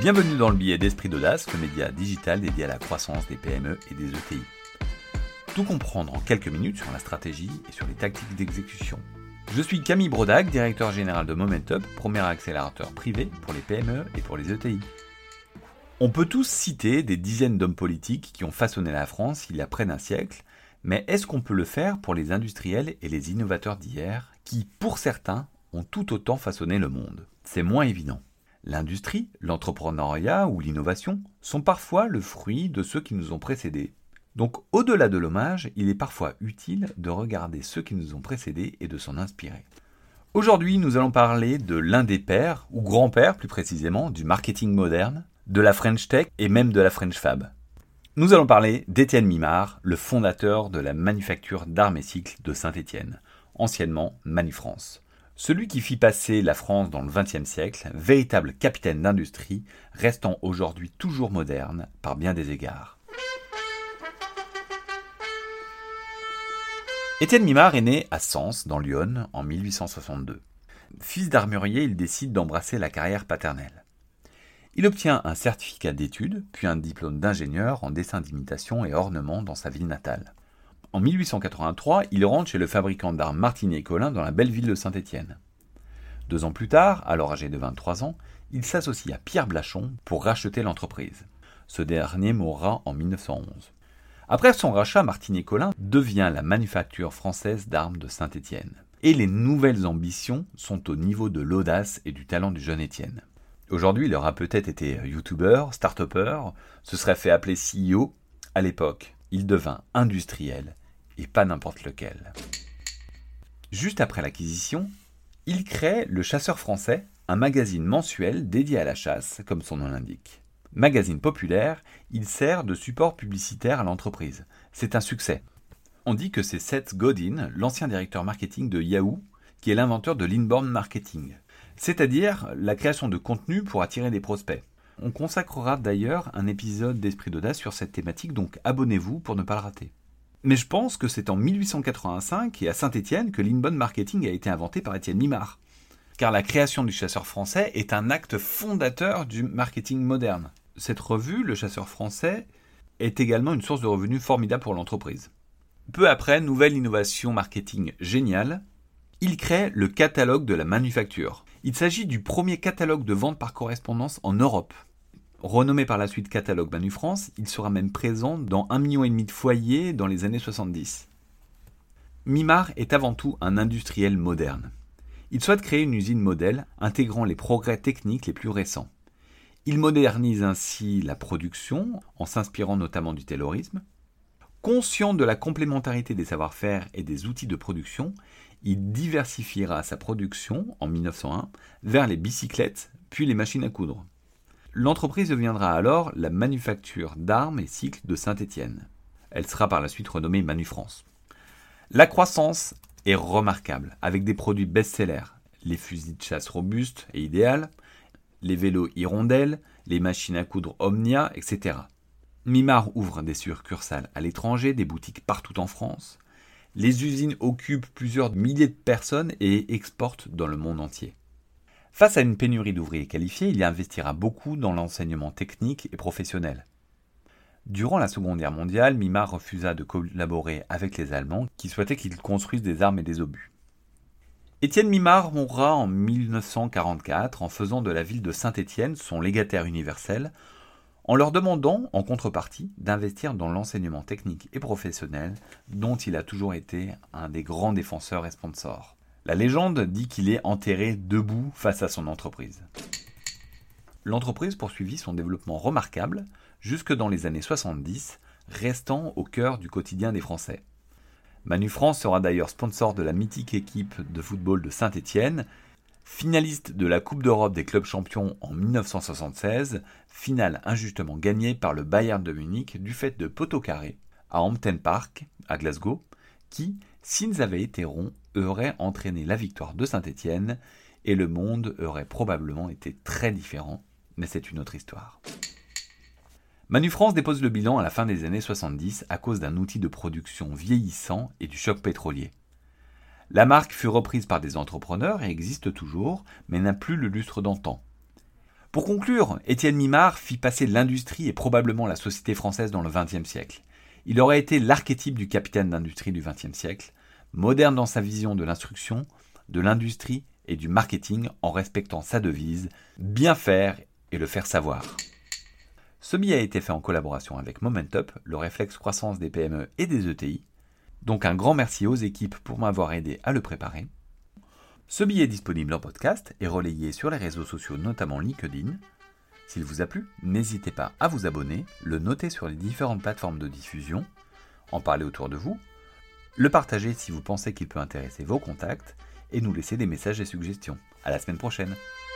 Bienvenue dans le billet d'Esprit d'Audace, le média digital dédié à la croissance des PME et des ETI. Tout comprendre en quelques minutes sur la stratégie et sur les tactiques d'exécution. Je suis Camille Brodac, directeur général de Momentup, premier accélérateur privé pour les PME et pour les ETI. On peut tous citer des dizaines d'hommes politiques qui ont façonné la France il y a près d'un siècle, mais est-ce qu'on peut le faire pour les industriels et les innovateurs d'hier, qui, pour certains, ont tout autant façonné le monde ? C'est moins évident. L'industrie, l'entrepreneuriat ou l'innovation sont parfois le fruit de ceux qui nous ont précédés. Donc, au-delà de l'hommage, il est parfois utile de regarder ceux qui nous ont précédés et de s'en inspirer. Aujourd'hui, nous allons parler de l'un des pères, ou grands-pères plus précisément, du marketing moderne, de la French Tech et même de la French Fab. Nous allons parler d'Étienne Mimard, le fondateur de la manufacture d'armes et cycles de Saint-Étienne, anciennement Manufrance. Celui qui fit passer la France dans le XXe siècle, véritable capitaine d'industrie, restant aujourd'hui toujours moderne par bien des égards. Étienne Mimard est né à Sens, dans l'Yonne, en 1862. Fils d'armurier, il décide d'embrasser la carrière paternelle. Il obtient un certificat d'études, puis un diplôme d'ingénieur en dessin d'imitation et ornement dans sa ville natale. En 1883, il rentre chez le fabricant d'armes Martinier-Collin dans la belle ville de Saint-Étienne. 2 ans plus tard, alors âgé de 23 ans, il s'associe à Pierre Blachon pour racheter l'entreprise. Ce dernier mourra en 1911. Après son rachat, Martinier-Collin devient la manufacture française d'armes de Saint-Étienne. Et les nouvelles ambitions sont au niveau de l'audace et du talent du jeune Étienne. Aujourd'hui, il aura peut-être été youtubeur, start-upper, se serait fait appeler CEO. À l'époque, il devint industriel, et pas n'importe lequel. Juste après l'acquisition, il crée Le Chasseur Français, un magazine mensuel dédié à la chasse, comme son nom l'indique. Magazine populaire, il sert de support publicitaire à l'entreprise. C'est un succès. On dit que c'est Seth Godin, l'ancien directeur marketing de Yahoo, qui est l'inventeur de l'inbound marketing, c'est-à-dire la création de contenu pour attirer des prospects. On consacrera d'ailleurs un épisode d'Esprit d'Audace sur cette thématique, donc abonnez-vous pour ne pas le rater. Mais je pense que c'est en 1885 et à Saint-Étienne que l'inbound marketing a été inventé par Étienne Mimard. Car la création du Chasseur Français est un acte fondateur du marketing moderne. Cette revue, Le Chasseur Français, est également une source de revenus formidable pour l'entreprise. Peu après, nouvelle innovation marketing géniale, il crée le catalogue de la manufacture. Il s'agit du premier catalogue de vente par correspondance en Europe. Renommé par la suite Catalogue Manufrance, il sera même présent dans 1,5 million de foyers dans les années 70. Mimard est avant tout un industriel moderne. Il souhaite créer une usine modèle intégrant les progrès techniques les plus récents. Il modernise ainsi la production en s'inspirant notamment du taylorisme. Conscient de la complémentarité des savoir-faire et des outils de production, il diversifiera sa production en 1901 vers les bicyclettes puis les machines à coudre. L'entreprise deviendra alors la manufacture d'armes et cycles de Saint-Étienne. Elle sera par la suite renommée Manufrance. La croissance est remarquable, avec des produits best-sellers, les fusils de chasse robustes et idéales, les vélos Hirondelle, les machines à coudre Omnia, etc. Mimard ouvre des succursales à l'étranger, des boutiques partout en France. Les usines occupent plusieurs milliers de personnes et exportent dans le monde entier. Face à une pénurie d'ouvriers qualifiés, il y investira beaucoup dans l'enseignement technique et professionnel. Durant la Seconde Guerre mondiale, Mimard refusa de collaborer avec les Allemands qui souhaitaient qu'ils construisent des armes et des obus. Étienne Mimard mourra en 1944 en faisant de la ville de Saint-Étienne son légataire universel, en leur demandant, en contrepartie, d'investir dans l'enseignement technique et professionnel dont il a toujours été un des grands défenseurs et sponsors. La légende dit qu'il est enterré debout face à son entreprise. L'entreprise poursuivit son développement remarquable jusque dans les années 70, restant au cœur du quotidien des Français. Manufrance sera d'ailleurs sponsor de la mythique équipe de football de Saint-Étienne, finaliste de la Coupe d'Europe des clubs champions en 1976, finale injustement gagnée par le Bayern de Munich du fait de poteaux carrés à Hampden Park, à Glasgow, qui, s'ils avaient été ronds, aurait entraîné la victoire de Saint-Étienne et le monde aurait probablement été très différent, mais c'est une autre histoire. Manufrance dépose le bilan à la fin des années 70 à cause d'un outil de production vieillissant et du choc pétrolier. La marque fut reprise par des entrepreneurs et existe toujours, mais n'a plus le lustre d'antan. Pour conclure, Étienne Mimard fit passer l'industrie et probablement la société française dans le XXe siècle. Il aurait été l'archétype du capitaine d'industrie du XXe siècle, moderne dans sa vision de l'instruction, de l'industrie et du marketing en respectant sa devise « bien faire et le faire savoir ». Ce billet a été fait en collaboration avec Momentup, le réflexe croissance des PME et des ETI. Donc un grand merci aux équipes pour m'avoir aidé à le préparer. Ce billet est disponible en podcast et relayé sur les réseaux sociaux, notamment LinkedIn. S'il vous a plu, n'hésitez pas à vous abonner, le noter sur les différentes plateformes de diffusion, en parler autour de vous, le partager si vous pensez qu'il peut intéresser vos contacts et nous laisser des messages et suggestions. À la semaine prochaine.